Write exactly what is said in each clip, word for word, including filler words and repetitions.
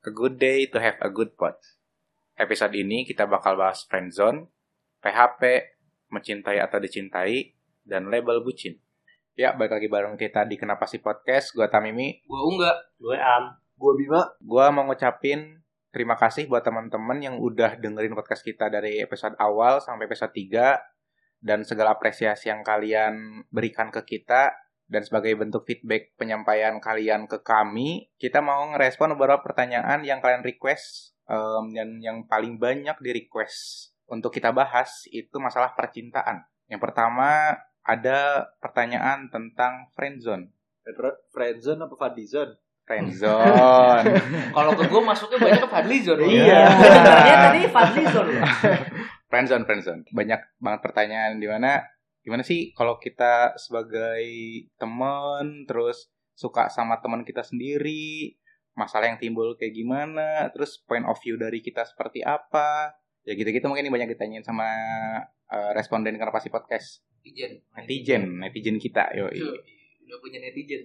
A good day to have a good pod. Episode ini kita bakal bahas friendzone, P H P, mencintai atau dicintai, dan label bucin. Ya, balik lagi bareng kita di Kenapa Sih Podcast. Gua Tamimi, gua Ungga, gua Am, gua Bima. Gua mau ngucapin terima kasih buat teman-teman yang udah dengerin podcast kita dari episode awal sampai episode tiga, dan segala apresiasi yang kalian berikan ke kita. Dan sebagai bentuk feedback penyampaian kalian ke kami, kita mau ngerespon beberapa pertanyaan yang kalian request, um, dan yang paling banyak di request untuk kita bahas itu masalah percintaan. Yang pertama ada pertanyaan tentang friendzone. Friendzone apa fadlizone? Friendzone. Kalau ke gue masuknya banyak ke fadlizone. Iya. Dia tadi fadlizone. Friendzone, friendzone. Banyak banget pertanyaan di mana gimana sih kalau kita sebagai teman terus suka sama teman kita sendiri, masalah yang timbul kayak gimana, terus point of view dari kita seperti apa, ya gitu-gitu mungkin ini banyak ditanyain sama uh, responden Kenapa Sih Podcast. Netizen, netizen, netizen kita, yoi. Udah punya netizen.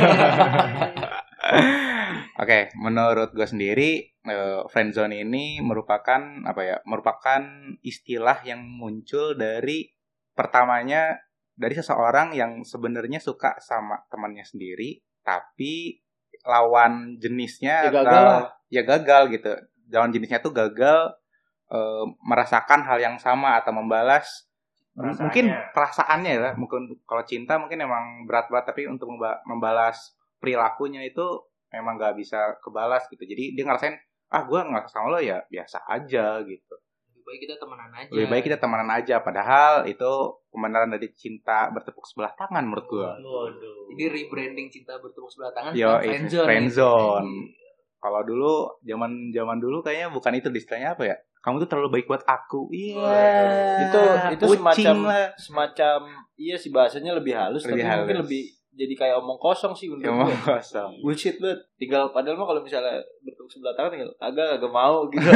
Oke, okay, menurut gue sendiri uh, friendzone ini merupakan apa ya? Merupakan istilah yang muncul dari pertamanya dari seseorang yang sebenarnya suka sama temannya sendiri, tapi lawan jenisnya ya gagal, atau, ya gagal gitu. Lawan jenisnya tuh gagal e, merasakan hal yang sama atau membalas perasaannya. Mungkin perasaannya ya. Mungkin kalau cinta mungkin emang berat banget, tapi untuk membalas perilakunya itu memang gak bisa kebalas gitu. Jadi dia ngerasain, ah gue nggak sama lo ya biasa aja gitu. Lebih baik kita temenan aja. Lebih baik kita temenan aja. Padahal itu kebenaran dari cinta bertepuk sebelah tangan menurut gue. Waduh. Jadi rebranding cinta bertepuk sebelah tangan. Yo, friendzone. Friendzone. Kalau dulu, zaman zaman dulu kayaknya bukan itu istilahnya apa ya? Kamu tuh terlalu baik buat aku. Iya. Yeah. Itu itu semacam lah. semacam iya sih bahasanya lebih halus, lebih tapi halus. Mungkin lebih jadi kayak omong kosong sih untuk omong gue. Kosong. Bullshit banget. Tinggal padahal mah kalau misalnya bertepuk sebelah tangan tinggal agak agak mau gitu.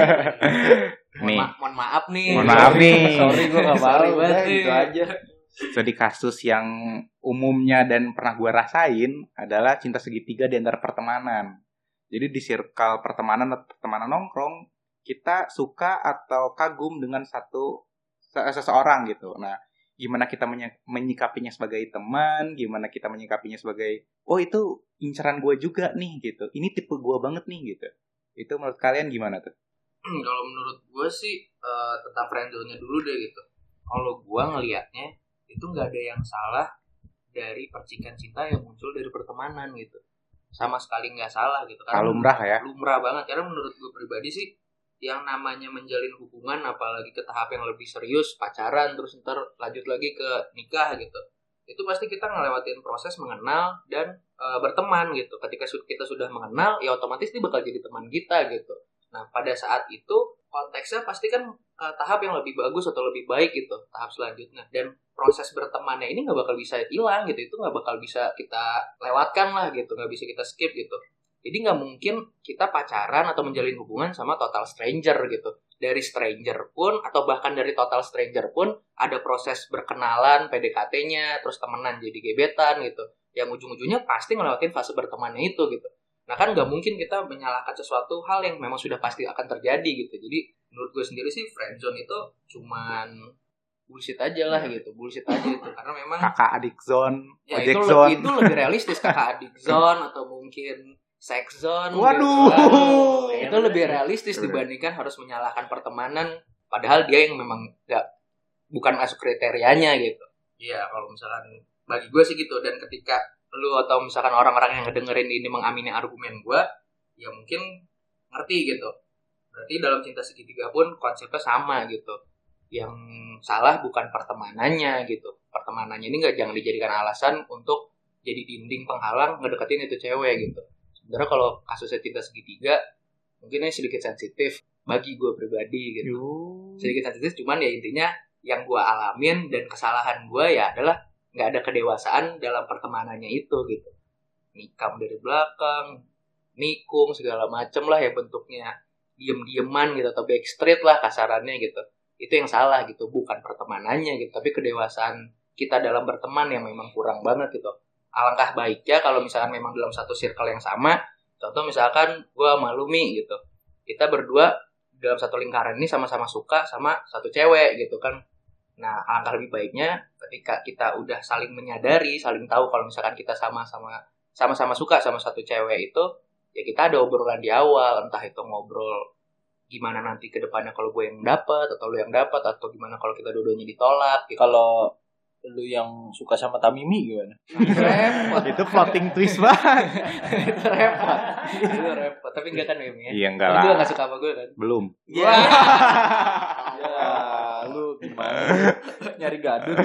Nih. Ma- mohon maaf nih. Mohon maaf nih. Sorry gue gak mau banget gitu aja. Jadi kasus yang umumnya dan pernah gue rasain adalah cinta segitiga di antara pertemanan. Jadi di circle pertemanan atau pertemanan nongkrong, kita suka atau kagum dengan satu seseorang gitu. Nah, gimana kita menyikapinya sebagai teman, gimana kita menyikapinya sebagai, oh itu incaran gue juga nih gitu. Ini tipe gue banget nih gitu. Itu menurut kalian gimana tuh? Kalau menurut gue sih uh, tetap friendzone-nya dulu deh gitu. Kalau gue ngelihatnya itu nggak ada yang salah dari percikan cinta yang muncul dari pertemanan gitu. Sama sekali nggak salah gitu. Karena lumrah ya. Lumrah banget. Karena menurut gue pribadi sih yang namanya menjalin hubungan apalagi ke tahap yang lebih serius, pacaran terus ntar lanjut lagi ke nikah gitu. Itu pasti kita ngelewatin proses mengenal dan uh, berteman gitu. Ketika kita sudah mengenal ya otomatis dia bakal jadi teman kita gitu. Nah, pada saat itu konteksnya pasti kan uh, tahap yang lebih bagus atau lebih baik gitu, tahap selanjutnya. Dan proses bertemannya ini nggak bakal bisa hilang gitu, itu nggak bakal bisa kita lewatkan lah gitu, nggak bisa kita skip gitu. Jadi nggak mungkin kita pacaran atau menjalin hubungan sama total stranger gitu. Dari stranger pun atau bahkan dari total stranger pun ada proses berkenalan, P D K T-nya, terus temenan jadi gebetan gitu. Yang ujung-ujungnya pasti ngelewatin fase bertemannya itu gitu. Nah kan nggak mungkin kita menyalahkan sesuatu hal yang memang sudah pasti akan terjadi gitu. Jadi menurut gue sendiri sih friendzone itu cuman bullshit aja lah gitu, bullshit aja itu karena memang kakak adik zone, ya ojek itu, zone. itu lebih realistis kakak adik zone atau mungkin sex zone. Waduh, gitu. Itu lebih realistis dibandingkan harus menyalahkan pertemanan, padahal dia yang memang nggak bukan masuk kriterianya gitu. Iya kalau misalkan bagi gue sih gitu. Dan ketika lu atau misalkan orang-orang yang ngedengerin ini mengamini argumen gue, ya mungkin ngerti gitu. Berarti dalam cinta segitiga pun konsepnya sama gitu. Yang salah bukan pertemanannya gitu. Pertemanannya ini nggak jangan dijadikan alasan untuk jadi dinding penghalang ngedeketin itu cewek gitu. Sebenarnya kalau kasusnya cinta segitiga, mungkin ini sedikit sensitif bagi gue pribadi gitu. Yuh. Sedikit sensitif, cuman ya intinya yang gue alamin dan kesalahan gue ya adalah nggak ada kedewasaan dalam pertemanannya itu gitu. Nikam dari belakang, nikung segala macem lah ya bentuknya diem-dieman gitu atau backstreet lah kasarannya gitu. Itu yang salah gitu, bukan pertemanannya gitu, tapi kedewasaan kita dalam berteman yang memang kurang banget gitu. Alangkah baiknya kalau misalkan memang dalam satu circle yang sama, Contoh misalkan gue sama Lumi gitu, kita berdua dalam satu lingkaran ini sama-sama suka sama satu cewek gitu kan. Nah, alangkah lebih baiknya ketika kita udah saling menyadari, saling tahu kalau misalkan kita sama-sama sama-sama suka sama satu cewek itu, ya kita ada obrolan di awal, entah itu ngobrol gimana nanti ke depannya kalau gue yang dapat atau lu yang dapat, atau gimana kalau kita dua-duanya ditolak gitu. Kalau lu yang suka sama Tamimi gimana? Repot. Itu plotting twist banget. Itu repot. Itu repot. Tapi enggak kan Mimi ya? Iya enggak lah. Lu juga gak suka sama gue kan? Belum. Iya. Ya, lu gimana? Nyari gaduh.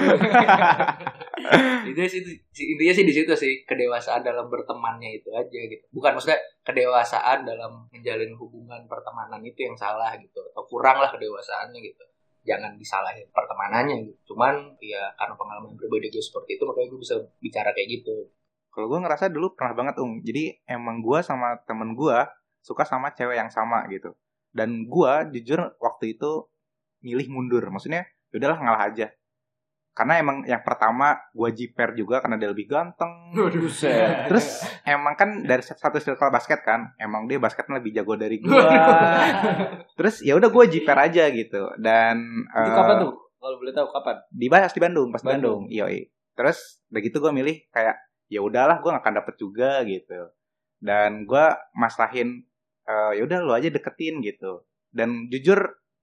Itu sih intinya sih di situ sih, kedewasaan dalam bertemannya itu aja gitu. Bukan maksudnya kedewasaan dalam menjalin hubungan pertemanan itu yang salah gitu, atau kurang lah kedewasaannya gitu. Jangan disalahin pertemanannya gitu. Cuman ya karena pengalaman pribadi gue seperti itu, makanya gue bisa bicara kayak gitu. Kalau gue ngerasa dulu pernah banget Ung. Jadi emang gue sama temen gue suka sama cewek yang sama gitu. Dan gue jujur waktu itu milih mundur. Maksudnya yaudahlah ngalah aja. Karena emang yang pertama gue jiper juga karena dia lebih ganteng. Waduh, terus emang kan dari satu circle basket kan, emang dia basketnya lebih jago dari gue. Terus ya udah gue jiper aja gitu. Dan itu uh, kapan tuh? Kalau boleh tahu kapan? Dibahas di Bandung, pas Bandung. Bandung. Yoi. Terus begitu gue milih kayak ya udahlah gue gak akan dapet juga gitu. Dan gue maslahin uh, ya udah lu aja deketin gitu. Dan jujur,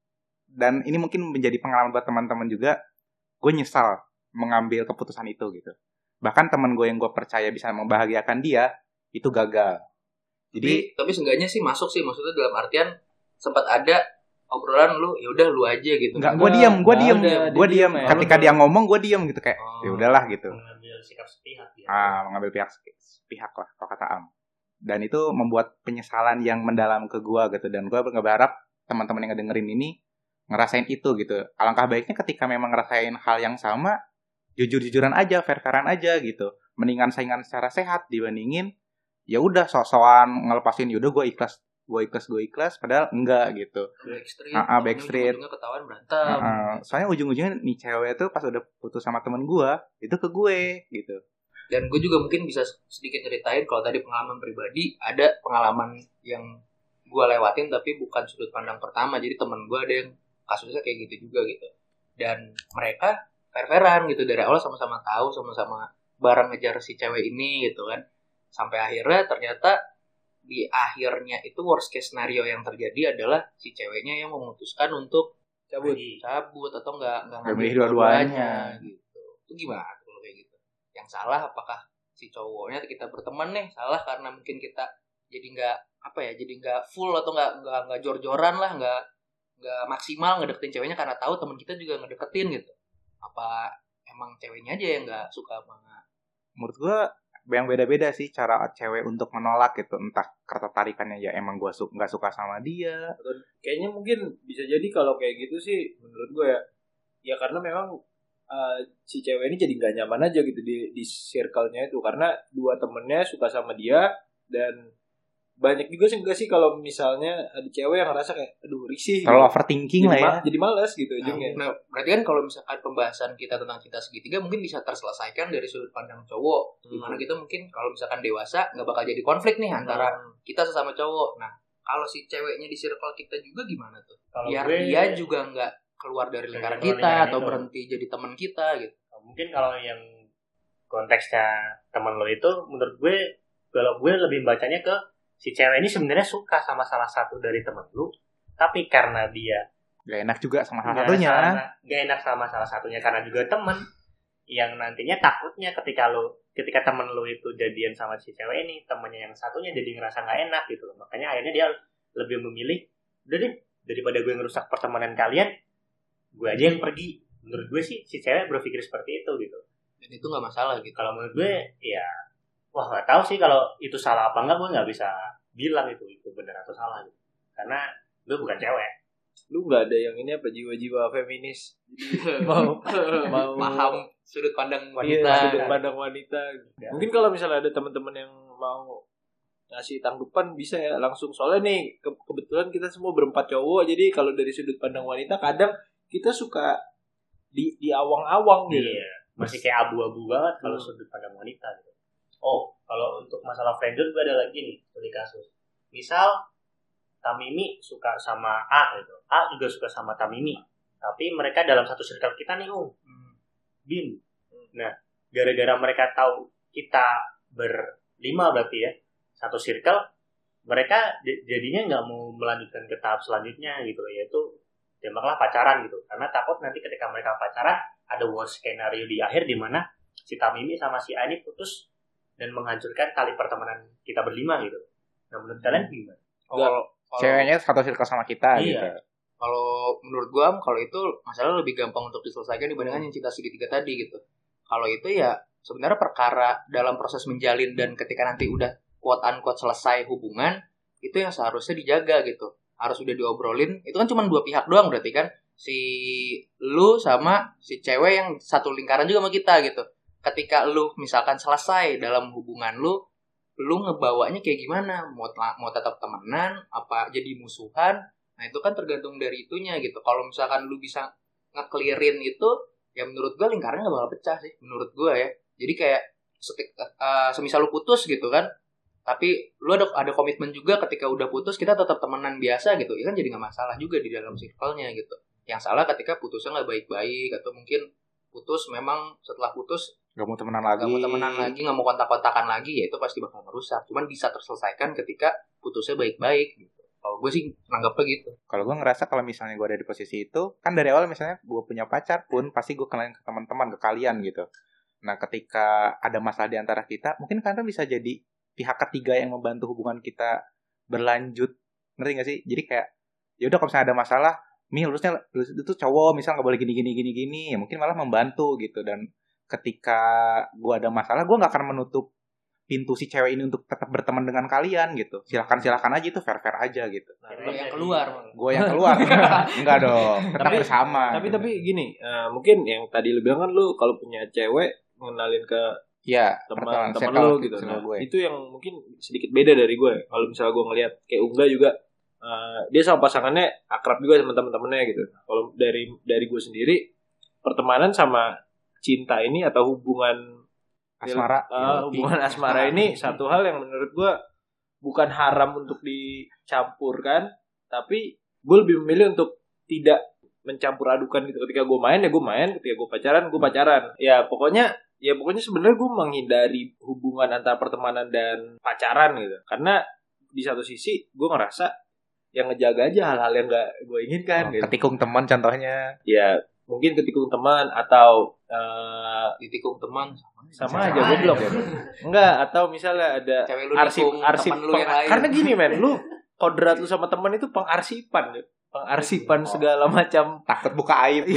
dan ini mungkin menjadi pengalaman buat teman-teman juga, gue nyesal mengambil keputusan itu gitu. Bahkan teman gue yang gue percaya bisa membahagiakan dia itu gagal. Jadi tapi, tapi seenggaknya sih masuk sih, maksudnya dalam artian sempat ada obrolan lu, ya udah lu aja gitu. Enggak, gue diam, gue diam, gue diam. Ketika dia ngomong gue diam gitu kayak oh, ya udahlah gitu. Mengambil sikap sepihak ya. Ah, mengambil pihak sepihak lah kalau kata Am. Dan itu membuat penyesalan yang mendalam ke gue gitu, dan gue berharap teman-teman yang ngedengerin ini ngerasain itu gitu. Alangkah baiknya ketika memang ngerasain hal yang sama, jujur-jujuran aja, fair-fairan aja gitu. Mendingan saingan secara sehat dibandingin ya udah sok-sokan ngelepasin, yaudah gue ikhlas, gue ikhlas, gue ikhlas, padahal enggak gitu. Backstreet, uh, uh, backstreet. Ujung-ujungnya ketahuan berantem. Uh, uh, soalnya ujung-ujungnya nih cewek tuh pas udah putus sama temen gue, itu ke gue gitu. Dan gue juga mungkin bisa sedikit ceritain kalau tadi pengalaman pribadi, ada pengalaman yang gue lewatin tapi bukan sudut pandang pertama. Jadi temen gue ada yang kasusnya kayak gitu juga gitu, dan mereka fair-fairan gitu dari awal, sama-sama tahu, sama-sama bareng ngejar si cewek ini gitu kan, sampai akhirnya ternyata di akhirnya itu worst case scenario yang terjadi adalah si ceweknya yang memutuskan untuk cabut cabut atau nggak nggak ngambil dua-duanya gitu. Itu gimana kalau kayak gitu? Yang salah apakah si cowoknya, kita berteman nih salah karena mungkin kita jadi nggak apa ya, jadi nggak full atau nggak nggak nggak jor-joran lah, nggak nggak maksimal ngedeketin ceweknya karena tahu teman kita juga ngedeketin gitu. Apa emang ceweknya aja yang nggak suka sama? Menurut gue yang beda-beda sih cara cewek untuk menolak gitu. Entah ketertarikannya ya emang gue su- nggak suka sama dia. Kayaknya mungkin bisa jadi kalau kayak gitu sih menurut gue ya. Ya karena memang uh, si cewek ini jadi nggak nyaman aja gitu di di circle-nya itu, karena dua temennya suka sama dia. Dan banyak juga sih enggak sih kalau misalnya ada cewek yang ngerasa kayak aduh risih, terlalu gitu. overthinking jadi lah ya, ma- jadi malas gitu nah, ujungnya. Nah, berarti kan kalau misalkan pembahasan kita tentang cinta segitiga mungkin bisa terselesaikan dari sudut pandang cowok, hmm. dimana kita mungkin kalau misalkan dewasa nggak bakal jadi konflik nih antara hmm. kita sesama cowok. Nah, kalau si ceweknya di circle kita juga gimana tuh? Kalo biar gue, dia juga nggak keluar dari lingkaran kita lingkaran atau itu. Berhenti jadi teman kita gitu. Mungkin kalau yang konteksnya teman lo itu, menurut gue kalau gue lebih bacanya ke si cewek ini sebenarnya suka sama salah satu dari temen lu, tapi karena dia gak enak juga sama salah satunya, gak enak sama salah satunya karena juga temen, yang nantinya takutnya ketika lu, ketika temen lu itu jadian sama si cewek ini, temennya yang satunya jadi ngerasa gak enak gitu. Makanya akhirnya dia lebih memilih, udah deh, daripada gue ngerusak pertemanan kalian, gue aja yang pergi. Menurut gue sih si cewek berpikir seperti itu gitu. Dan itu gak masalah gitu. Kalau menurut gue ya, wah nggak tahu sih kalau itu salah apa enggak, gue nggak bisa bilang itu itu benar atau salah gitu. Karena gue bukan cewek. Lu nggak ada yang ini apa jiwa-jiwa feminis, jadi mau mau paham sudut pandang wanita, iya, sudut pandang wanita. Ya. Mungkin kalau misalnya ada teman-teman yang mau ngasih tanggapan bisa ya langsung, soalnya nih ke- kebetulan kita semua berempat cowok, jadi kalau dari sudut pandang wanita kadang kita suka di di awang-awang gitu. Iya, masih kayak abu-abu banget kalau hmm. sudut pandang wanita gitu. Oh, kalau untuk masalah friendzone gue ada lagi nih dari kasus. Misal Tamimi suka sama A gitu. A juga suka sama Tamimi. Tapi mereka dalam satu circle kita nih, oh. Bin. Nah, gara-gara mereka tahu kita berlima berarti ya, satu circle, mereka jadinya nggak mau melanjutkan ke tahap selanjutnya gitu, yaitu tembaklah pacaran gitu. Karena takut nanti ketika mereka pacaran, ada worst scenario di akhir di mana si Tamimi sama si A ini putus dan menghancurkan tali pertemanan kita berlima gitu. Nah, menurut kalian gimana? Oh, ceweknya satu circle sama kita iya. gitu. Kalau menurut gua, kalau itu masalah lebih gampang untuk diselesaikan dibandingkan yang cinta segitiga tadi gitu. Kalau itu ya sebenarnya perkara dalam proses menjalin dan ketika nanti udah quote unquote selesai hubungan, itu yang seharusnya dijaga gitu. Harus udah diobrolin. Itu kan cuma dua pihak doang berarti kan. Si lu sama si cewek yang satu lingkaran juga sama kita gitu. Ketika lu misalkan selesai dalam hubungan lu, lu ngebawanya kayak gimana? Mau mau tetap temenan, apa jadi musuhan? Nah, itu kan tergantung dari itunya gitu. Kalau misalkan lu bisa nge-clearin itu, ya menurut gue lingkarannya gak bakal pecah sih. Menurut gue ya. Jadi kayak setik, uh, semisal lu putus gitu kan, tapi lu ada ada komitmen juga ketika udah putus, kita tetap temenan biasa gitu. Ya kan jadi gak masalah juga di dalam circle-nya gitu. Yang salah ketika putusnya gak baik-baik, atau mungkin putus memang setelah putus Gak mau temenan lagi. Gak mau temenan lagi, gak mau kontak-kontakan lagi, ya itu pasti bakal merusak. Cuman bisa terselesaikan ketika putusnya baik-baik gitu. Kalau gue sih nanggapnya gitu. Kalau gue ngerasa kalau misalnya gue ada di posisi itu, kan dari awal misalnya gue punya pacar pun pasti gue kenalin ke teman-teman, ke kalian gitu. Nah, ketika ada masalah di antara kita, mungkin kalian bisa jadi pihak ketiga yang membantu hubungan kita berlanjut. Ngerti gak sih? Jadi kayak, ya udah kalau misalnya ada masalah, Mi harusnya itu cowok misal nggak boleh gini gini gini gini, ya mungkin malah membantu gitu. Dan ketika gue ada masalah, gue nggak akan menutup pintu si cewek ini untuk tetap berteman dengan kalian gitu. Silahkan silahkan aja, itu fair fair aja gitu. Nah, gue yang keluar, gue yang keluar. Enggak dong, tetap tapi, bersama. Tapi gitu. tapi gini, uh, mungkin yang tadi lu bilang kan, lu kalau punya cewek ngenalin ke ya, teman-teman lu gitu. Nah, gue. Itu yang mungkin sedikit beda dari gue. Kalau misalnya gue ngelihat kayak Ungga juga, uh, dia sama pasangannya akrab juga sama teman-temannya gitu. Kalau dari dari gue sendiri, pertemanan sama cinta ini atau hubungan asmara, uh, hubungan asmara ini satu hal yang menurut gue bukan haram untuk dicampurkan, tapi gue lebih memilih untuk tidak mencampur adukan gitu. Ketika gue main ya gue main, ketika gue pacaran gue pacaran. Ya pokoknya ya pokoknya sebenarnya gue menghindari hubungan antara pertemanan dan pacaran gitu. Karena di satu sisi gue ngerasa yang ngejaga aja hal-hal yang gak gue inginkan. Oh, gitu. Ketikung teman contohnya. Ya mungkin ketikung teman atau uh, ditikung teman sama, sama aja goblok ya. Enggak, atau misalnya ada arsip arsip lu yang lain. Karena gini men, lu kodrat lu sama teman itu pengarsipan ya. Pengarsipan oh. segala macam, takut buka aib.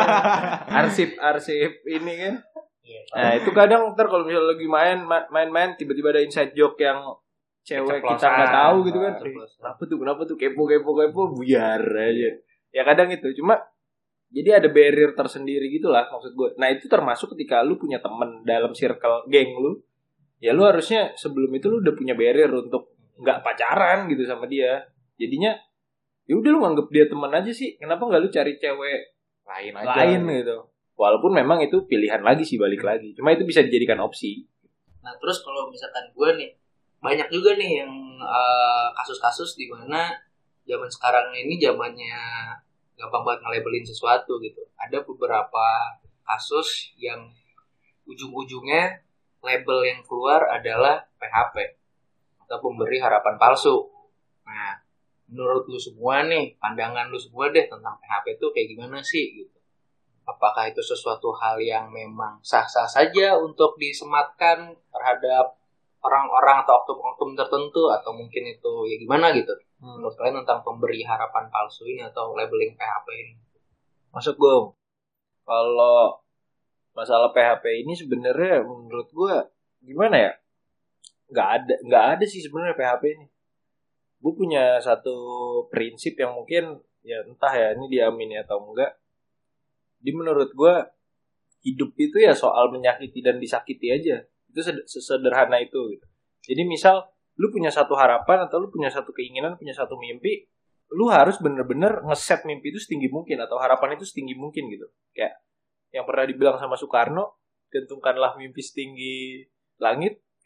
Arsip-arsip ini kan. Nah, itu kadang ntar kalau misalnya lagi main main-main tiba-tiba ada inside joke yang cewek kita enggak tahu gitu kan. Kenapa tuh? Kenapa tuh kepo-kepo kepo buyar aja. Ya kadang itu cuma jadi ada barrier tersendiri gitulah maksud gue. Nah itu termasuk ketika lu punya temen dalam circle geng lu, ya lu harusnya sebelum itu lu udah punya barrier untuk nggak pacaran gitu sama dia. Jadinya ya udah lu nganggep dia teman aja sih. Kenapa nggak lu cari cewek lain aja lain gitu? Walaupun memang itu pilihan lagi sih, balik lagi. Cuma itu bisa dijadikan opsi. Nah terus kalau misalkan gue nih, banyak juga nih yang uh, kasus-kasus di mana zaman sekarang ini zamannya gampang banget nge-labelin sesuatu gitu. Ada beberapa kasus yang ujung-ujungnya label yang keluar adalah P H P atau pemberi harapan palsu. Nah, menurut lu semua nih, pandangan lu semua deh tentang P H P itu kayak gimana sih gitu? Apakah itu sesuatu hal yang memang sah-sah saja untuk disematkan terhadap orang-orang atau oknum-oknum tertentu, atau mungkin itu ya gimana gitu? Hmm. Menurut kalian tentang pemberi harapan palsu ini atau labeling P H P ini? Maksud gue, kalau masalah P H P ini sebenarnya menurut gue gimana ya? Gak ada, gak ada sih sebenarnya P H P ini. Gue punya satu prinsip yang mungkin ya entah ya ini diamini atau enggak. Di menurut gue hidup itu ya soal menyakiti dan disakiti aja. Itu sesederhana itu gitu. Jadi misal lu punya satu harapan atau lu punya satu keinginan, punya satu mimpi, lu harus bener-bener ngeset mimpi itu setinggi mungkin atau harapan itu setinggi mungkin gitu. Kayak yang pernah dibilang sama Soekarno, gantungkanlah mimpi setinggi langit,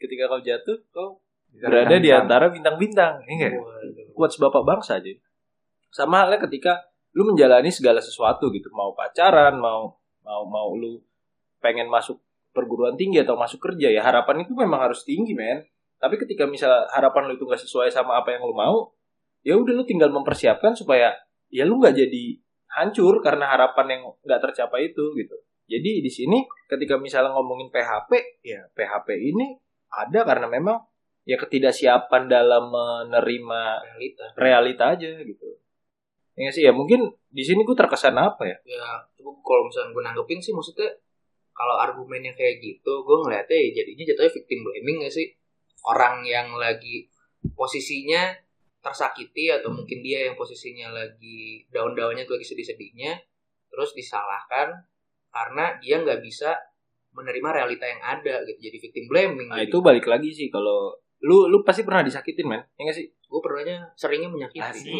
ketika kau jatuh, kau Bisa berada di bintang. antara bintang-bintang. Ini enggak? Quotes bapak bangsa aja. Sama halnya ketika lu menjalani segala sesuatu gitu, mau pacaran, mau mau mau lu pengen masuk perguruan tinggi atau masuk kerja, ya harapan itu memang harus tinggi, men. Tapi ketika misal harapan lu itu nggak sesuai sama apa yang lu mau, ya udah lu tinggal mempersiapkan supaya ya lu nggak jadi hancur karena harapan yang nggak tercapai itu gitu. Jadi di sini ketika misalnya ngomongin P H P, ya P H P ini ada karena memang ya ketidaksiapan dalam menerima realita. realita aja gitu. Ya sih, ya mungkin di sini gue terkesan apa ya? Ya, coba kalau misalnya gue nanggepin sih, maksudnya kalau argumennya kayak gitu, gue ngeliatnya ya jadinya jatuhnya victim blaming gak sih? Orang yang lagi posisinya tersakiti atau mungkin dia yang posisinya lagi down-downnya tuh lagi sedih-sedihnya, terus disalahkan karena dia nggak bisa menerima realita yang ada gitu. Jadi victim blaming. Nah, gitu. itu balik lagi sih kalau lu lu pasti pernah disakitin, men. Ya enggak sih? Gue pernahnya seringnya menyakiti.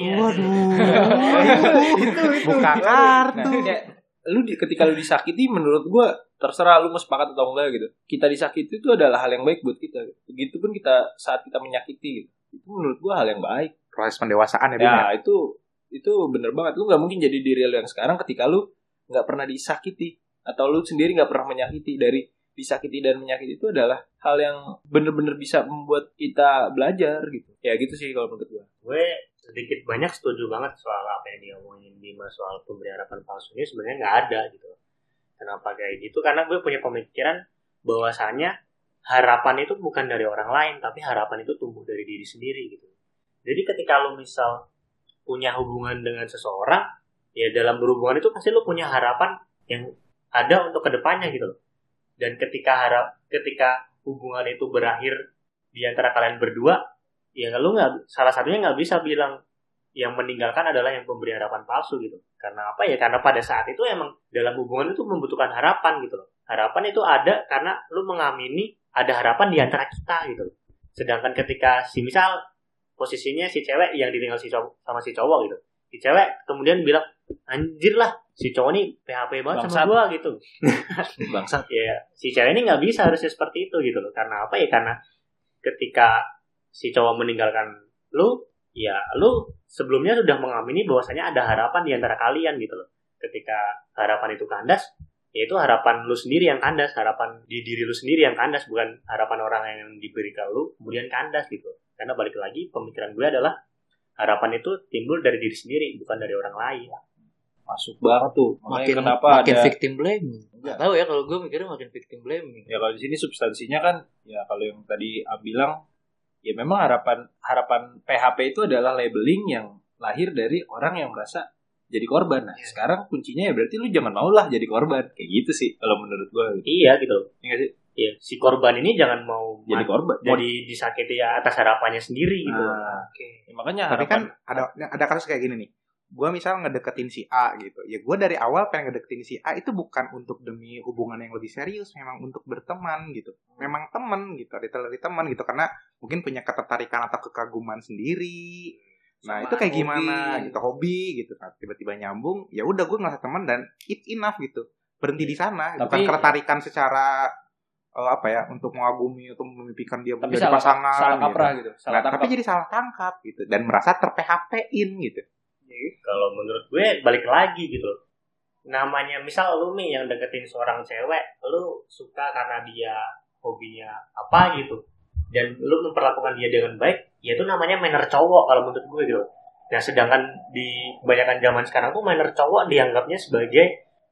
Waduh. itu itu. Buka kartu. Nah, ya, lu di, ketika lu disakiti menurut gua terserah lu mau sepakat atau enggak gitu. Kita disakiti itu adalah hal yang baik buat kita. Begitupun kita saat kita menyakiti gitu. Itu menurut gua hal yang baik. Proses pendewasaan ya, Bim. Ya, itu itu bener banget. Lu nggak mungkin jadi diri lu yang sekarang ketika lu nggak pernah disakiti atau lu sendiri nggak pernah menyakiti. Dari disakiti dan menyakiti itu adalah hal yang bener-bener bisa membuat kita belajar gitu. Ya gitu sih kalau menurut gua. Gue sedikit banyak setuju banget soal apa yang diomongin Bima soal pemberi harapan palsu ini sebenarnya nggak ada gitu. Kenapa kayak gitu? Karena gue punya pemikiran bahwasanya harapan itu bukan dari orang lain, tapi harapan itu tumbuh dari diri sendiri gitu. Jadi ketika lo misal punya hubungan dengan seseorang, ya dalam berhubungan itu pasti lo punya harapan yang ada untuk kedepannya gitu loh. Dan ketika harap, ketika hubungan itu berakhir di antara kalian berdua, ya lu nggak, salah satunya nggak bisa bilang yang meninggalkan adalah yang pemberi harapan palsu gitu. Karena apa ya? Karena pada saat itu emang dalam hubungan itu membutuhkan harapan gitu loh. Harapan itu ada karena lu mengamini ada harapan di antara kita gitu loh. Sedangkan ketika si misal posisinya si cewek yang ditinggal si cowok sama si cowok gitu, si cewek kemudian bilang, anjir lah si cowok ini P H P banget Bangsat. sama gua gitu. Bangsat. Ya si cewek ini nggak bisa harusnya seperti itu gitu loh. Karena apa ya? Karena ketika si cowok meninggalkan lu, ya lu sebelumnya sudah mengamini bahwasanya ada harapan di antara kalian gitu loh. Ketika harapan itu kandas, ya itu harapan lu sendiri yang kandas, harapan di diri lu sendiri yang kandas, bukan harapan orang yang diberi ke lu kemudian kandas gitu. Karena balik lagi pemikiran gue adalah harapan itu timbul dari diri sendiri, bukan dari orang lain. Masuk banget tuh. Makanya Makin kenapa makin ada victim blaming. Nggak tahu ya, kalau gue mikirnya makin victim blaming. ya kalau di sini substansinya kan ya kalau yang tadi Ab bilang ya memang harapan harapan P H P itu adalah labeling yang lahir dari orang yang merasa jadi korban. Nah, Ya. sekarang kuncinya ya berarti lu jangan maulah jadi korban. Kayak gitu sih kalau menurut gua. Iya gitu loh. Iya nggak sih? Iya, si korban ini jangan mau Jadi mati- korban. jadi disakiti ya atas harapannya sendiri gitu. Nah, Oke. ya makanya Tapi harapan kan ada ada kasus kayak gini nih. Gue misal ngedeketin si A gitu. Ya gue dari awal pengen ngedeketin si A itu bukan untuk demi hubungan yang lebih serius, memang untuk berteman gitu. Memang teman gitu, literally teman gitu, karena mungkin punya ketertarikan atau kekaguman sendiri. Nah, Sama itu kayak hobi. gimana gitu, hobi gitu. Nah, tiba-tiba nyambung, ya udah gue ngerasa teman dan it's enough gitu. Berhenti di sana, bukan Tapi- ketertarikan secara eh, apa ya, untuk mengagumi atau memimpikan dia tapi menjadi salah pasangan salah gitu. kaprah gitu. Salah Nah, tangkap. tapi jadi salah tangkap gitu dan merasa ter-P H P-in gitu. Kalau menurut gue balik lagi gitu loh. Namanya misal lu nih yang deketin seorang cewek, lu suka karena dia hobinya apa gitu, dan lu memperlakukan dia dengan baik, ya itu namanya manner cowok kalau menurut gue gitu. Nah sedangkan di kebanyakan zaman sekarang tuh manner cowok dianggapnya sebagai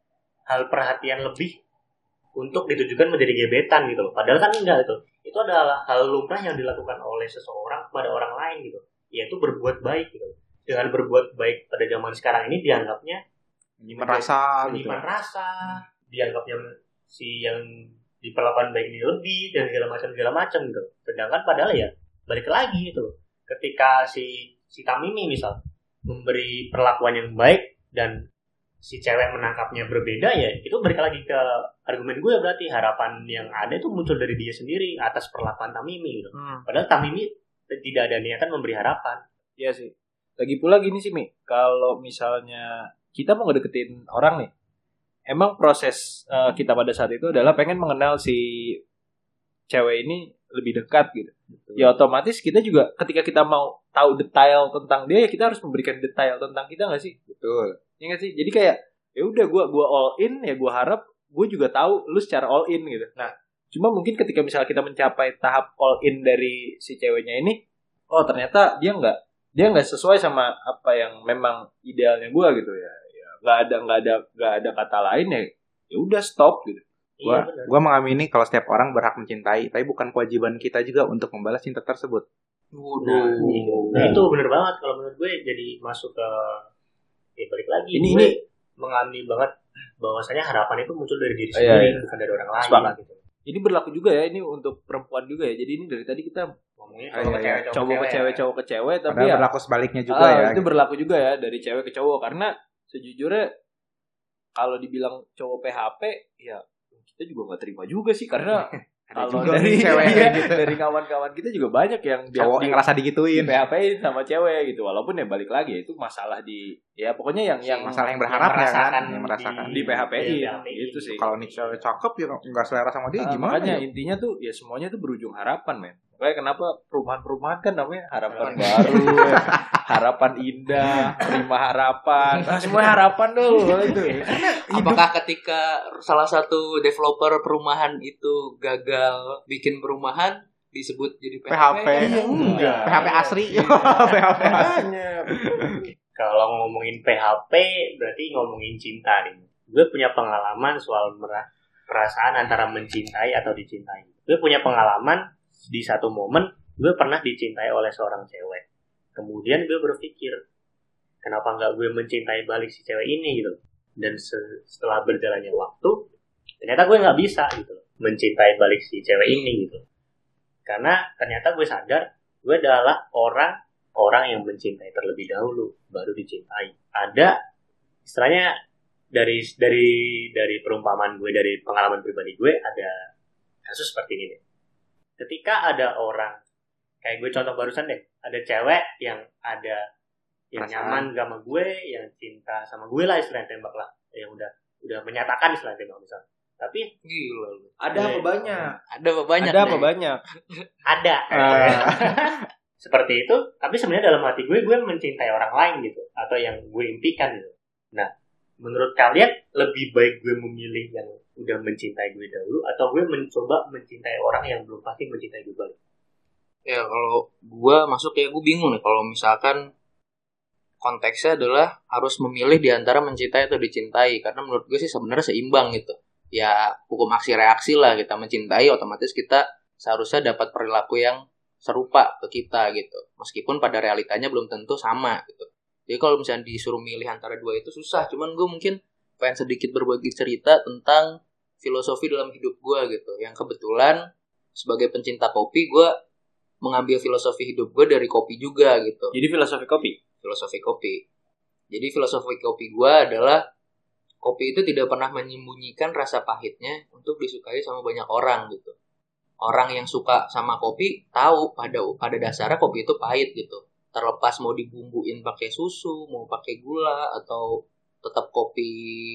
hal perhatian lebih untuk ditujukan menjadi gebetan gitu loh. Padahal kan enggak itu. Itu adalah hal lumrah yang dilakukan oleh seseorang kepada orang lain gitu. Yaitu berbuat baik gitu. Dengan berbuat baik pada zaman sekarang ini dianggapnya Menyimpan rasa gitu. menyimpan rasa, dianggapnya si yang diperlakukan baik ini lebih dan segala macam segala macam gitu. Sedangkan padahal ya balik lagi gitu. Ketika si si Tamimi misal memberi perlakuan yang baik dan si cewek menangkapnya berbeda, ya itu balik lagi ke argumen gue, berarti harapan yang ada itu muncul dari dia sendiri atas perlakuan Tamimi gitu. Hmm. Padahal Tamimi tidak ada niatan memberi harapan. Iya sih. Lagi pula gini sih Mi, kalau misalnya kita mau ngedeketin orang nih, emang proses uh, kita pada saat itu adalah pengen mengenal si cewek ini lebih dekat gitu. Betul. Ya otomatis kita juga ketika kita mau tahu detail tentang dia, ya kita harus memberikan detail tentang kita nggak sih? Betul. Ya nggak sih? Jadi kayak ya udah gue gue all in, ya gue harap gue juga tahu lu secara all in gitu. Nah, cuma mungkin ketika misalnya kita mencapai tahap all in dari si ceweknya ini, oh ternyata dia nggak dia nggak sesuai sama apa yang memang idealnya gue gitu ya. Ya nggak ada nggak ada nggak ada kata lain ya. Ya udah stop gitu. Gua, iya, gua mengamini kalau setiap orang berhak mencintai, tapi bukan kewajiban kita juga untuk membalas cinta tersebut. Nah, nah itu bener banget kalau menurut gue. Jadi masuk ke ya balik lagi ini, gue ini mengamini banget bahwasanya harapan itu muncul dari diri oh, sendiri, iya, iya. bukan dari orang lain gitu. Ini berlaku juga ya, ini untuk perempuan juga ya. Jadi ini dari tadi kita ngomongnya cowok ke cewek, cowok ke cewek, cowok ke cewek, tapi padahal ya berlaku sebaliknya juga ah, ya. itu berlaku juga ya dari cewek ke cowok. Karena sejujurnya kalau dibilang cowok P H P, ya kita juga nggak terima juga sih, karena kalau dari cewek ya, gitu. Dari kawan-kawan kita juga banyak yang cowok yang ngerasa digituin, P H P sama cewek gitu. Walaupun ya balik lagi itu masalah di ya pokoknya yang yang masalah yang berharap ya kan, yang merasakan di, di P H P ya, gitu sih. Kalau nih cewek cakep ya nggak selera sama dia, nah, gimana? Makanya ya? intinya tuh ya semuanya tuh berujung harapan, men. Kayak kenapa perumahan-perumahan kan namanya harapan baru, ya. Harapan indah, prima harapan, nah, semua harapan tuh itu. Apakah ketika salah satu developer perumahan itu gagal bikin perumahan disebut jadi P H P? P H P, Iya, enggak. P H P asri, P H P asri. Kalau ngomongin P H P berarti ngomongin cinta nih. Gue punya pengalaman soal perasaan antara mencintai atau dicintai. Gue punya pengalaman di satu momen gue pernah dicintai oleh seorang cewek. Kemudian gue berpikir, kenapa nggak gue mencintai balik si cewek ini gitu. Dan se- setelah berjalannya waktu, ternyata gue nggak bisa gitu mencintai balik si cewek ini gitu. Karena ternyata gue sadar gue adalah orang orang yang mencintai terlebih dahulu baru dicintai. Ada istilahnya dari dari dari perumpamaan gue, dari pengalaman pribadi gue, ada kasus seperti ini deh. Ketika ada orang, kayak gue contoh barusan deh, ada cewek yang ada yang perasaan. Nyaman sama gue, yang cinta sama gue lah istilahnya, tembak lah, yang udah udah menyatakan istilahnya tembak misalnya. Tapi gila lu. Ada apa banyak? Ada apa banyak? Ada apa banyak? Ada. Uh. Seperti itu, tapi sebenarnya dalam hati gue, gue mencintai orang lain gitu, atau yang gue impikan gitu. Nah, menurut kalian lebih baik gue memilih yang udah mencintai gue dahulu, atau gue mencoba mencintai orang yang belum pasti mencintai gue balik? Ya kalau gue masuk ya gue bingung nih kalau misalkan konteksnya adalah harus memilih di antara mencintai atau dicintai, karena menurut gue sih sebenarnya seimbang gitu. Ya hukum aksi reaksi lah, kita mencintai otomatis kita seharusnya dapat perilaku yang serupa ke kita gitu, meskipun pada realitanya belum tentu sama gitu. Jadi kalau misalnya disuruh milih antara dua itu susah. Cuman gue mungkin pengen sedikit berbagi cerita tentang filosofi dalam hidup gue gitu, yang kebetulan sebagai pencinta kopi gue mengambil filosofi hidup gue dari kopi juga gitu. Jadi filosofi kopi? Filosofi kopi. Jadi filosofi kopi gue adalah kopi itu tidak pernah menyembunyikan rasa pahitnya untuk disukai sama banyak orang gitu. Orang yang suka sama kopi tahu pada pada dasarnya kopi itu pahit gitu. Terlepas mau dibumbuin pakai susu, mau pakai gula, atau tetap kopi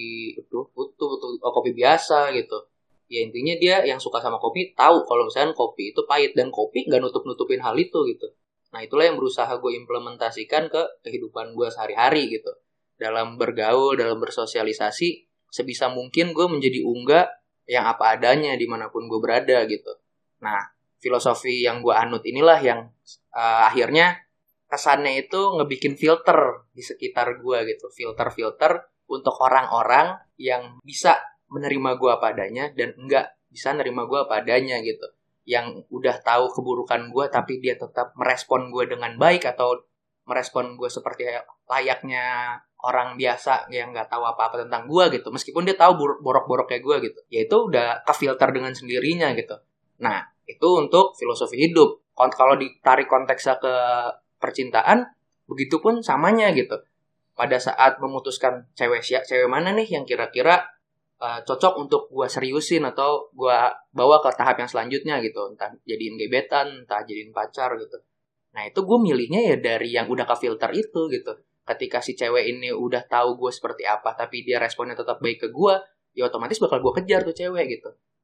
itu utuh atau oh, kopi biasa gitu. Ya intinya dia yang suka sama kopi tahu kalau misalnya kopi itu pahit, dan kopi nggak nutup-nutupin hal itu gitu. Nah itulah yang berusaha gue implementasikan ke kehidupan gue sehari-hari gitu. Dalam bergaul, dalam bersosialisasi, sebisa mungkin gue menjadi unggah yang apa adanya dimanapun gue berada gitu. Nah filosofi yang gue anut inilah yang uh, akhirnya kesannya itu ngebikin filter di sekitar gue gitu. Filter-filter untuk orang-orang yang bisa menerima gue apa adanya dan enggak bisa nerima gue apa adanya gitu. Yang udah tahu keburukan gue tapi dia tetap merespon gue dengan baik, atau merespon gue seperti layaknya orang biasa yang gak tahu apa-apa tentang gue gitu. Meskipun dia tahu borok-boroknya gue gitu. Ya itu udah kefilter dengan sendirinya gitu. Nah itu untuk filosofi hidup. Kalau ditarik konteksnya ke percintaan, begitupun samanya gitu. Pada saat memutuskan cewek cewek mana nih yang kira-kira uh, cocok untuk gue seriusin atau gue bawa ke tahap yang selanjutnya gitu, entah jadiin gebetan, entah jadiin pacar gitu. Nah itu gue milihnya ya dari yang udah ke filter itu gitu. Ketika si cewek ini udah tahu gue seperti apa tapi dia responnya tetap baik ke gue, ya otomatis bakal gue kejar tuh cewek gitu.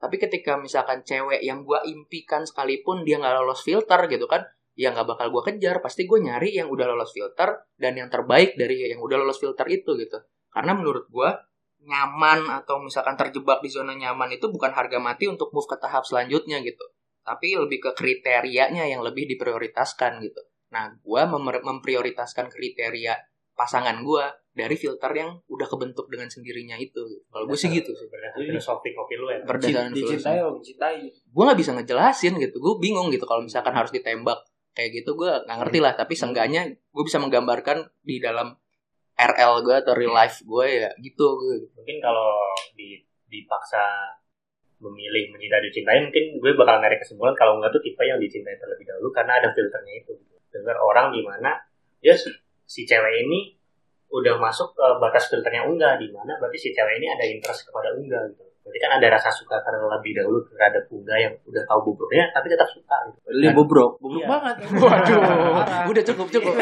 Tapi ketika misalkan cewek yang gue impikan sekalipun dia nggak lolos filter gitu kan, ya nggak bakal gue kejar. Pasti gue nyari yang udah lolos filter dan yang terbaik dari yang udah lolos filter itu gitu. Karena menurut gue nyaman atau misalkan terjebak di zona nyaman itu bukan harga mati untuk move ke tahap selanjutnya gitu. Tapi lebih ke kriterianya yang lebih diprioritaskan gitu. Nah, gue mem- memprioritaskan kriteria pasangan gue dari filter yang udah kebentuk dengan sendirinya itu. Kalau gue sih gitu sih. Berdasarkan filosofi kopi lu ya. Berdasarkan Dicintai atau mencintai? Gue nggak bisa ngejelasin gitu. Gue bingung gitu kalau misalkan harus ditembak kayak gitu. Gue nggak ngerti lah. Tapi seenggaknya gue bisa menggambarkan di dalam R L gue atau real life gue ya gitu. Mungkin kalau di, dipaksa memilih mencintai dicintai, mungkin gue bakal narik kesimpulan kalau enggak tuh tipe yang dicintai terlebih dahulu karena ada filternya itu. Dengar orang di mana ya si cewek ini udah masuk ke batas filternya enggak, di mana berarti si cewek ini ada interest kepada enggak gitu. Berarti kan ada rasa suka terlebih dahulu terhadap enggak yang udah tahu bobroknya tapi tetap suka gitu. Lu bobrok, bobrok Iya. banget. Waduh, udah cukup cukup.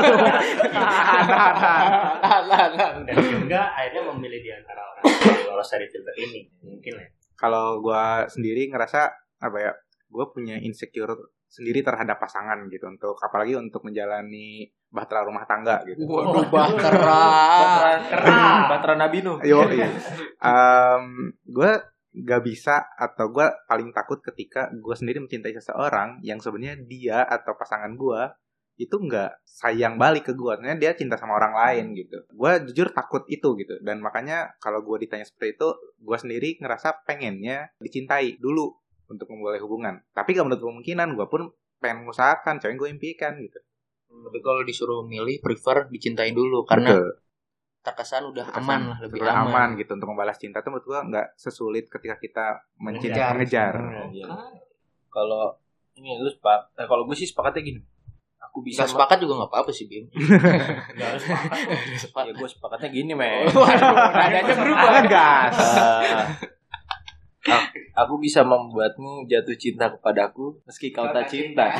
Dan juga akhirnya memilih di antara orang yang lolos dari filter ini. Mungkin lah. Kalau gue sendiri ngerasa apa ya, gue punya insecure sendiri terhadap pasangan gitu, untuk apalagi untuk menjalani bahtera rumah tangga gitu. Waduh, bahtera. Keren. Batra Nabi Nuh. Yo, iya. um, gue gak bisa atau gue paling takut ketika gue sendiri mencintai seseorang yang sebenarnya dia atau pasangan gue itu nggak sayang balik ke gue, sebenarnya dia cinta sama orang lain gitu. Gue jujur takut itu gitu, dan makanya kalau gue ditanya seperti itu, gue sendiri ngerasa pengennya dicintai dulu untuk memulai hubungan. Tapi gak menutup kemungkinan gue pun pengen mengusahakan cewek yang gue impikan gitu. Tapi kalau disuruh milih, prefer dicintai dulu karena Betul. terkesan udah Terkesan aman lah, lebih udah aman. aman gitu untuk membalas cinta tuh menurut gue nggak sesulit ketika kita mencintai mengejar. Iya. Kalau ini lu sepak, eh, kalau gue sih sepakatnya gini. Aku bisa Bisa sepakat juga nggak apa-apa sih, Bim. Enggak harus sepakat. Ya gue sepakatnya gini, men. Waduh, nadanya berubah. Gas. Eh, aku bisa membuatmu jatuh cinta kepadaku meski kau tak cinta.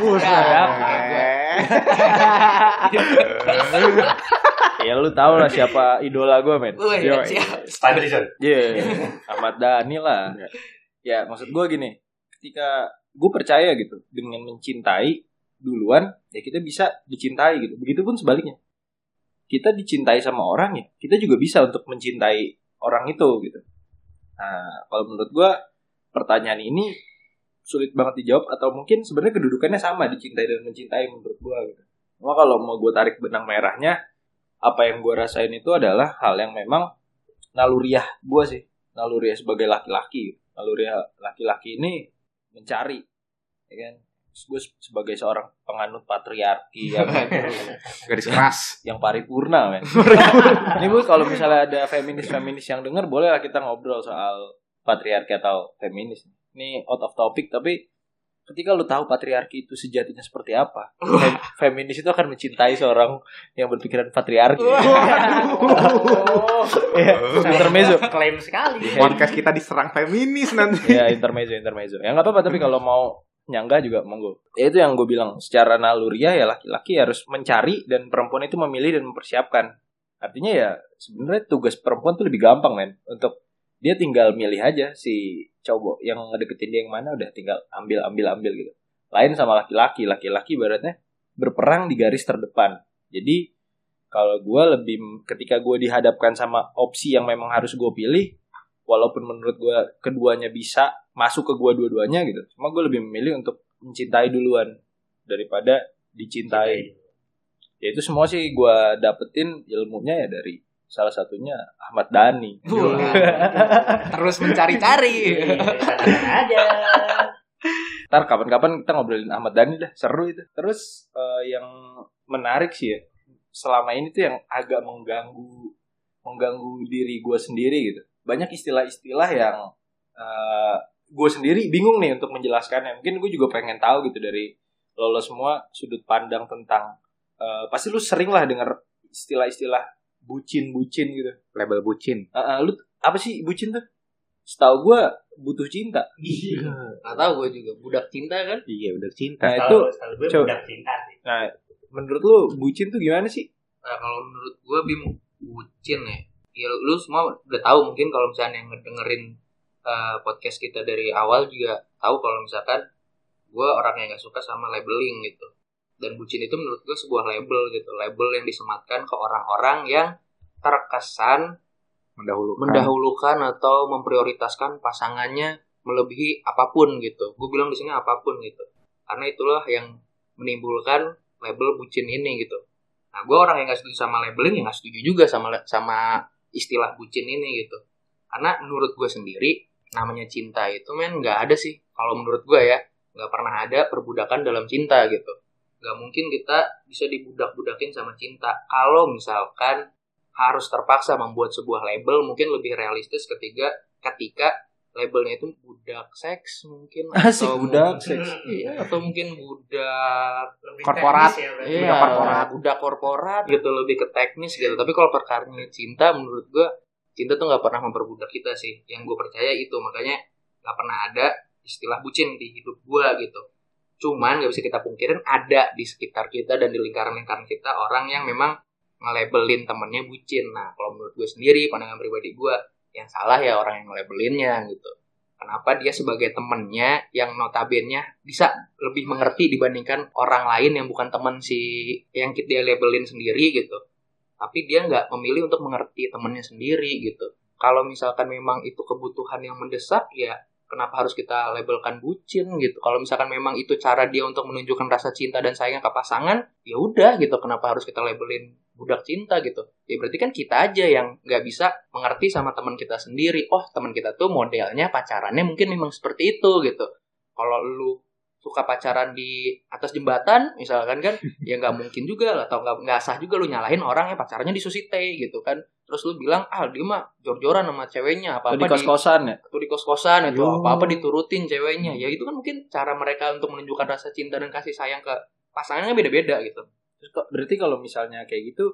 Ya lu tau lah siapa idola gue, men. Wih, Yo, siap. Spider-Man. Iya, Ahmad Dhani lah. Ya maksud gue gini, ketika gue percaya gitu dengan mencintai duluan, ya kita bisa dicintai gitu. Begitupun sebaliknya, kita dicintai sama orang ya, kita juga bisa untuk mencintai orang itu gitu. Nah, kalau menurut gue pertanyaan ini sulit banget dijawab, atau mungkin sebenarnya kedudukannya sama, dicintai dan mencintai menurut gue gitu. Cuma kalau mau gue tarik benang merahnya, apa yang gue rasain itu adalah hal yang memang naluriah gue sih, naluriah sebagai laki-laki. Naluriah laki-laki ini mencari, ya kan? Gue sebagai seorang penganut patriarki yang Garis keras. yang paripurna, men. Ini bu, kalau misalnya ada feminis-feminis yang dengar, boleh lah kita ngobrol soal patriarki atau feminis. Ini out of topic, tapi ketika lu tahu patriarki itu sejatinya seperti apa, fem- feminis itu akan mencintai seorang yang berpikiran patriarki. Ya, intermezzo. Klaim sekali. Podcast kita diserang feminis nanti. Ya, intermezzo, intermezzo. Ya nggak apa-apa, tapi kalau mau nyangga juga monggo. Ya itu yang gue bilang, secara naluriah ya laki-laki harus mencari dan perempuan itu memilih dan mempersiapkan. Artinya ya sebenarnya tugas perempuan tuh lebih gampang, men. Untuk dia tinggal milih aja si cowok yang ngedeketin dia yang mana, udah tinggal ambil ambil ambil gitu. Lain sama laki-laki, laki-laki ibaratnya berperang di garis terdepan. Jadi kalau gue lebih, ketika gue dihadapkan sama opsi yang memang harus gue pilih, walaupun menurut gue keduanya bisa masuk ke gue dua-duanya gitu, cuma gue lebih memilih untuk mencintai duluan daripada dicintai. Ya itu semua sih gue dapetin ilmunya ya dari salah satunya Ahmad Dhani. Terus mencari-cari. aja. Ntar kapan-kapan kita ngobrolin Ahmad Dhani dah, seru itu. Terus uh, yang menarik sih ya, selama ini tuh yang agak mengganggu mengganggu diri gue sendiri gitu. Banyak istilah-istilah yang uh, gue sendiri bingung nih untuk menjelaskannya. Mungkin gue juga pengen tahu gitu dari lo semua sudut pandang tentang uh, pasti lu sering lah dengar istilah-istilah bucin-bucin gitu. Label bucin. Uh, uh, lu apa sih bucin tuh? Setahu gue butuh cinta. Nggak tahu gue juga, budak cinta kan? Iya, udah cinta. Nah itu, Kalau selalu gue coba. budak cinta sih. nah menurut lu bucin tuh gimana sih? Nah, kalau menurut gue Bim, bucin ya. Ya lu semua udah tahu mungkin kalau misalnya yang ngedengerin uh, podcast kita dari awal juga tahu kalau misalkan gue orang yang nggak suka sama labeling gitu. Dan bucin itu menurut gue sebuah label gitu, label yang disematkan ke orang-orang yang terkesan mendahulukan, mendahulukan atau memprioritaskan pasangannya melebihi apapun gitu. Gue bilang di sini apapun gitu, karena itulah yang menimbulkan label bucin ini gitu. Nah, gue orang yang nggak setuju sama labeling, yang nggak setuju juga sama sama istilah bucin ini gitu. Karena menurut gue sendiri, namanya cinta itu men nggak ada sih. Kalau menurut gue ya, nggak pernah ada perbudakan dalam cinta gitu. Nggak mungkin kita bisa dibudak-budakin sama cinta. Kalau misalkan harus terpaksa membuat sebuah label, mungkin lebih realistis ketika ketika labelnya itu budak seks mungkin, Asik, atau budak mungkin, seks. iya, atau mungkin budak Lebih korporat. teknis ya, berarti. iya, budak korporat. budak korporat gitu, lebih ke teknis gitu. Tapi kalau perkaranya cinta, menurut gue cinta tuh nggak pernah memperbudak kita sih. Yang gue percaya itu, makanya nggak pernah ada istilah bucin di hidup gue gitu. Cuman nggak bisa kita pungkirin ada di sekitar kita dan di lingkaran-lingkaran kita orang yang memang nge-labelin temennya bucin. Nah, kalau menurut gue sendiri, pandangan pribadi gue, yang salah ya orang yang nge-labelinnya gitu. Kenapa dia sebagai temennya yang notabene bisa lebih mengerti dibandingkan orang lain yang bukan teman si yang dia labelin sendiri gitu. Tapi dia nggak memilih untuk mengerti temennya sendiri gitu. Kalau misalkan memang itu kebutuhan yang mendesak, ya kenapa harus kita labelkan bucin gitu. Kalau misalkan memang itu cara dia untuk menunjukkan rasa cinta dan sayang ke pasangan, ya udah gitu, kenapa harus kita labelin budak cinta gitu. Ya berarti kan kita aja yang nggak bisa mengerti sama teman kita sendiri. Oh, teman kita tuh modelnya pacarannya mungkin memang seperti itu gitu. Kalau lu suka pacaran di atas jembatan misalkan kan, ya nggak mungkin juga, atau nggak nggak sah juga lu nyalahin orang yang pacarannya di Susite gitu kan. Terus lu bilang, ah dia mah jor-joran sama ceweknya, apa-apa di kos-kosan ya? Atau di kos-kosan itu, Yo. apa-apa diturutin ceweknya. Ya itu kan mungkin cara mereka untuk menunjukkan rasa cinta dan kasih sayang ke pasangannya beda-beda gitu. Terus kok berarti kalau misalnya kayak gitu,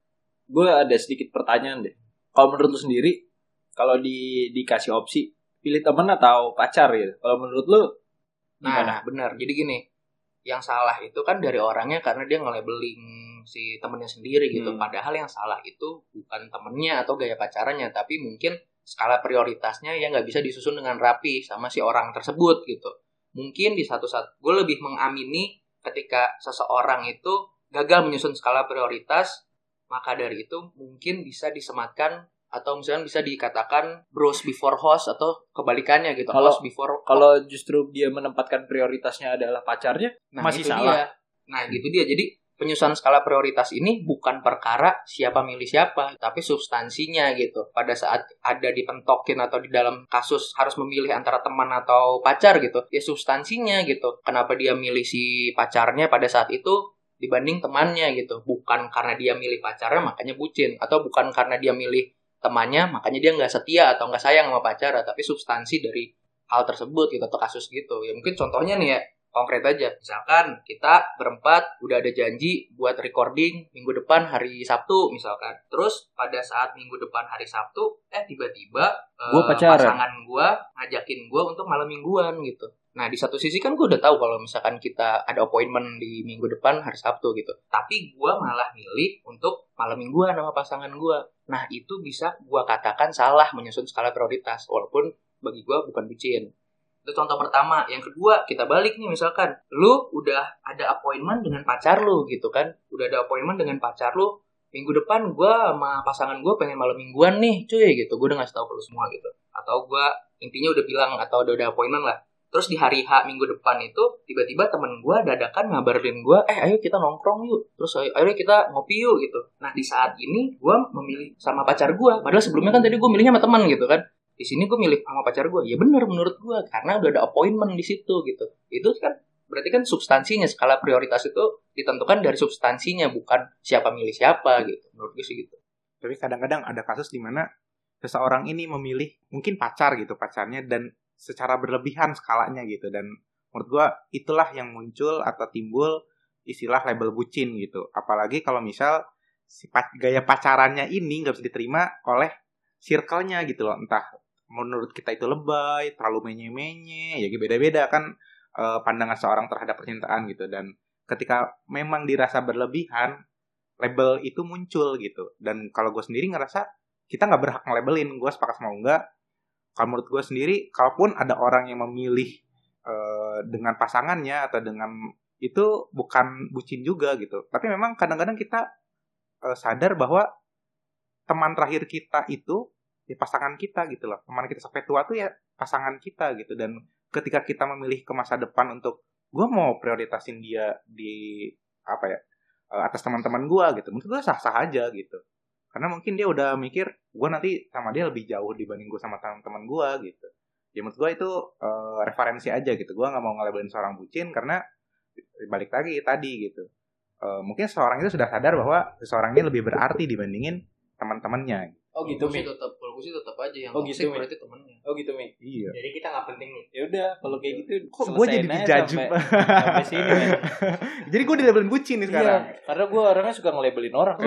gue ada sedikit pertanyaan deh. Kalau menurut lu sendiri, kalau di dikasih opsi pilih teman atau pacar gitu, kalau menurut lu gimana? Nah, benar. Jadi gini, yang salah itu kan dari orangnya karena dia nge-labeling si temennya sendiri gitu. Hmm. Padahal yang salah itu bukan temennya atau gaya pacarannya, tapi mungkin skala prioritasnya yang nggak bisa disusun dengan rapi sama si orang tersebut gitu. Mungkin di satu saat gue lebih mengamini ketika seseorang itu gagal menyusun skala prioritas, maka dari itu mungkin bisa disematkan atau misalnya bisa dikatakan bros before host atau kebalikannya gitu. Kalau- host before Kalau justru dia menempatkan prioritasnya adalah pacarnya, Nah, masih itu salah. dia. Nah, gitu dia. Jadi penyusunan skala prioritas ini bukan perkara siapa milih siapa, tapi substansinya gitu. Pada saat ada dipentokin atau di dalam kasus harus memilih antara teman atau pacar gitu, ya substansinya gitu. Kenapa dia milih si pacarnya pada saat itu dibanding temannya gitu. Bukan karena dia milih pacarnya makanya bucin, atau bukan karena dia milih temannya makanya dia nggak setia atau nggak sayang sama pacarnya, tapi substansi dari hal tersebut gitu atau kasus gitu. Ya mungkin contohnya nih ya, konkret aja. Misalkan kita berempat udah ada janji buat recording minggu depan hari Sabtu misalkan. Terus pada saat minggu depan hari Sabtu, eh tiba-tiba Gua eh, pacaran. pasangan gua ngajakin gua untuk malam mingguan gitu. Nah, di satu sisi kan gua udah tahu kalau misalkan kita ada appointment di minggu depan hari Sabtu gitu. Tapi gua malah milih untuk malam mingguan sama pasangan gua. Nah, itu bisa gua katakan salah menyusun skala prioritas, walaupun bagi gua bukan bucin. Itu contoh pertama. Yang kedua, kita balik nih misalkan. Lu udah ada appointment dengan pacar lu gitu kan. Udah ada appointment dengan pacar lu. Minggu depan gue sama pasangan gue pengen malam mingguan nih cuy gitu. Gue udah ngasih tau ke lu semua gitu. Atau gue intinya udah bilang atau udah ada appointment lah. Terus di hari H minggu depan itu tiba-tiba temen gue dadakan ngabarin gue, eh ayo kita nongkrong yuk. Terus ayo, ayo kita ngopi yuk gitu. Nah di saat ini gue memilih sama pacar gue. Padahal sebelumnya kan tadi gue milihnya sama teman gitu kan. Di sini gue milih sama pacar gue. Ya benar menurut gue karena udah ada appointment di situ gitu. Itu kan berarti kan substansinya, skala prioritas itu ditentukan dari substansinya, bukan siapa milih siapa gitu. Menurut gue sih gitu. Tapi kadang-kadang ada kasus di mana seseorang ini memilih mungkin pacar gitu, pacarnya, dan secara berlebihan skalanya gitu. Dan menurut gua itulah yang muncul atau timbul istilah label bucin gitu. Apalagi kalau misal si pac- gaya pacarannya ini nggak bisa diterima oleh circle-nya gitu loh. Entah menurut kita itu lebay, terlalu menye-menye, ya beda-beda kan eh, pandangan seorang terhadap percintaan gitu. Dan ketika memang dirasa berlebihan, label itu muncul gitu. Dan kalau gue sendiri ngerasa kita nggak berhak nge-labelin. Gue sepakat sama enggak, kalau menurut gue sendiri, kalaupun ada orang yang memilih uh, dengan pasangannya atau dengan itu bukan bucin juga gitu. Tapi memang kadang-kadang kita uh, sadar bahwa teman terakhir kita itu ya pasangan kita gitu loh. Teman kita sampai tua tuh ya pasangan kita gitu. Dan ketika kita memilih ke masa depan untuk gue mau prioritasin dia di apa ya uh, atas teman-teman gue gitu, menurut gue sah-sah aja gitu. Karena mungkin dia udah mikir gue nanti sama dia lebih jauh dibanding gue sama teman-teman gue gitu. Ya menurut gue itu uh, referensi aja gitu. Gue nggak mau ngelabelin seorang bucin karena balik lagi tadi gitu. Uh, mungkin seorang itu sudah sadar bahwa seseorang ini lebih berarti dibandingin teman-temannya. Oh gitu Mi. Tetap, kalau gue sih tetap aja yang oh, gitu, berarti temennya. Oh gitu Mi. Iya. Jadi kita nggak penting nih. Ya udah kalau kayak gitu. Kok gue jadi dijudge sampai, sampai sini. Men. Jadi gue dilabelin bucin nih sekarang. Iya, karena gue orangnya suka ngelabelin orang.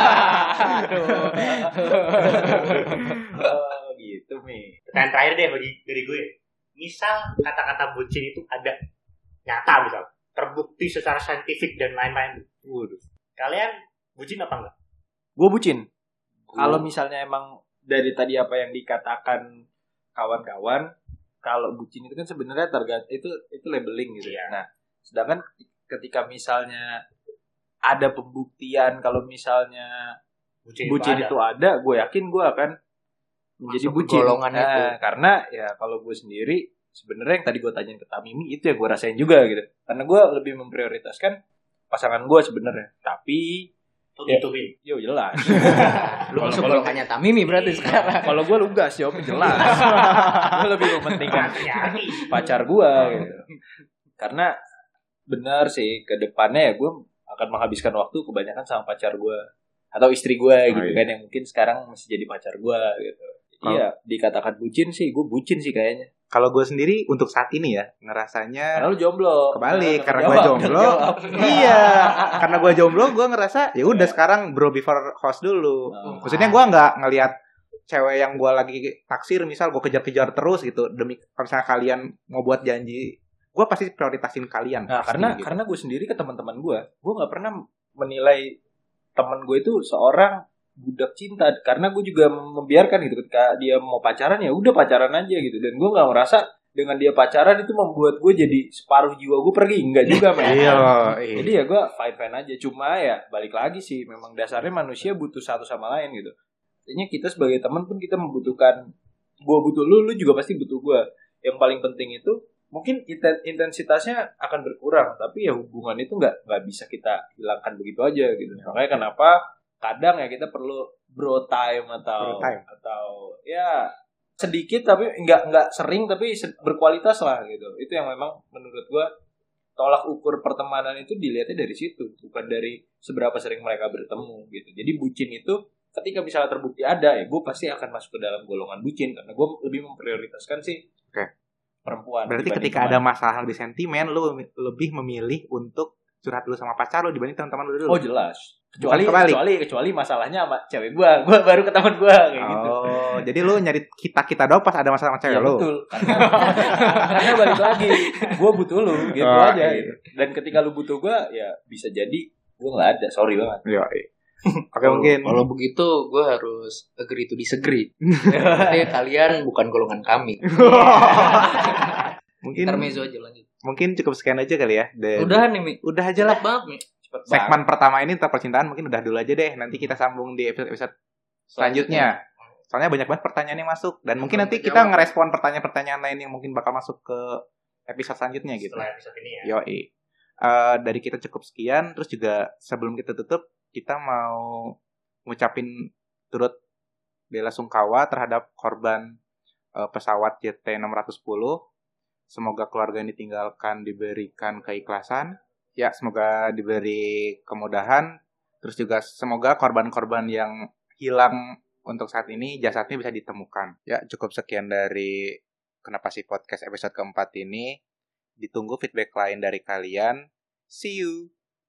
Oh gitu Mi. Pertanyaan terakhir deh bagi dari gue. Misal kata-kata bucin itu ada nyata misal, terbukti secara saintifik dan lain-lain. Waduh. Kalian bucin apa enggak? Gue bucin. Kalau misalnya emang dari tadi apa yang dikatakan kawan-kawan, kalau bucin itu kan sebenarnya tergantung itu itu labeling gitu. Iya. Nah, sedangkan ketika misalnya ada pembuktian kalau misalnya Bucin, bucin itu itu ada, gue yakin gue akan menjadi Masuk ke bucin. golongan Nah, itu. karena ya kalau gue sendiri sebenarnya yang tadi gue tanyain ke Tamimi itu ya gue rasain juga gitu. Karena gue lebih memprioritaskan pasangan gue sebenarnya. Tapi Oh, ya, gitu, Bin. yo jelas. Lu masuk golongannya Tamimi berarti sekarang. Kalau gue lugas ya, jelas. Gue lebih mementingkan Hati-hati. pacar gue gitu. Karena benar sih ke depannya ya gue akan menghabiskan waktu kebanyakan sama pacar gue atau istri gue gitu iya. kan yang mungkin sekarang masih jadi pacar gue gitu. Oh. Iya, dikatakan bucin sih, gue bucin sih kayaknya. Kalau gue sendiri untuk saat ini ya ngerasanya Karena lu jomblo. kebalik, Nah, karena jawab, gue jomblo. jawab. Iya, karena gue jomblo, gue ngerasa ya udah sekarang bro before host dulu. Oh. Maksudnya gue nggak ngelihat cewek yang gue lagi taksir, misal gue kejar-kejar terus gitu demi kalau misalnya kalian mau buat janji, gue pasti prioritasin kalian. Nah, pasti, karena gitu. karena gue sendiri ke teman-teman gue, gue nggak pernah menilai teman gue itu seorang budak cinta, karena gue juga membiarkan gitu ketika dia mau pacaran ya udah pacaran aja gitu, dan gue nggak ngerasa dengan dia pacaran itu membuat gue jadi separuh jiwa gue pergi, enggak juga men. Iya, Jadi ya gue fine fine aja, cuma ya balik lagi sih memang dasarnya manusia butuh satu sama lain gitu. Artinya kita sebagai teman pun kita membutuhkan, gue butuh lu, lu juga pasti butuh gue. Yang paling penting itu mungkin intensitasnya akan berkurang, tapi ya hubungan itu nggak nggak bisa kita hilangkan begitu aja gitu. Makanya kenapa kadang ya kita perlu bro time atau Bro time. atau ya sedikit tapi nggak nggak sering tapi berkualitas lah gitu. Itu yang memang menurut gua tolak ukur pertemanan itu dilihatnya dari situ, bukan dari seberapa sering mereka bertemu gitu. Jadi bucin itu ketika misalnya terbukti ada ya gue pasti akan masuk ke dalam golongan bucin karena gue lebih memprioritaskan sih Oke. perempuan. Berarti ketika ada masalah lebih sentimen, lu lebih memilih untuk curhat lu sama pacar lu dibanding teman-teman lu dulu. Oh jelas. Kecuali kebalik. kecuali kecuali masalahnya sama cewek gua, gua baru ke teman gua kayak oh, gitu. jadi lu nyari kita-kita doang pas ada masalah sama cewek Ya, lu. betul. Karena, karena balik lagi, gua butuh lu gitu Oh, aja iya. gitu. Dan ketika lu butuh gua, ya bisa jadi gua enggak ada, sorry banget. Iya. Oke, mungkin Kalau begitu gue harus agree to disagree. Berarti kalian bukan golongan kami. mungkin Intermezzo aja lanjut. mungkin cukup sekian aja kali ya. Dan Udah nih Mi. udah aja lah. Cepet banget Mi. Cepet banget. Segmen pertama ini tentang percintaan mungkin udah dulu aja deh. Nanti kita sambung di episode-episode selanjutnya. Soalnya banyak banget pertanyaan yang masuk dan mungkin Belum nanti terjawab. kita ngerespon pertanyaan-pertanyaan lain yang mungkin bakal masuk ke episode selanjutnya gitu. Setelah episode ini ya. Yoi. Eh, dari kita cukup sekian. Terus juga sebelum kita tutup, kita mau ngucapin turut bela sungkawa terhadap korban eh, pesawat J T enam sepuluh. Semoga keluarga yang ditinggalkan diberikan keikhlasan. Ya, semoga diberi kemudahan. Terus juga semoga korban-korban yang hilang untuk saat ini jasadnya bisa ditemukan. Ya, cukup sekian dari Kenapa Sih Podcast episode keempat ini. Ditunggu feedback lain dari kalian. See you!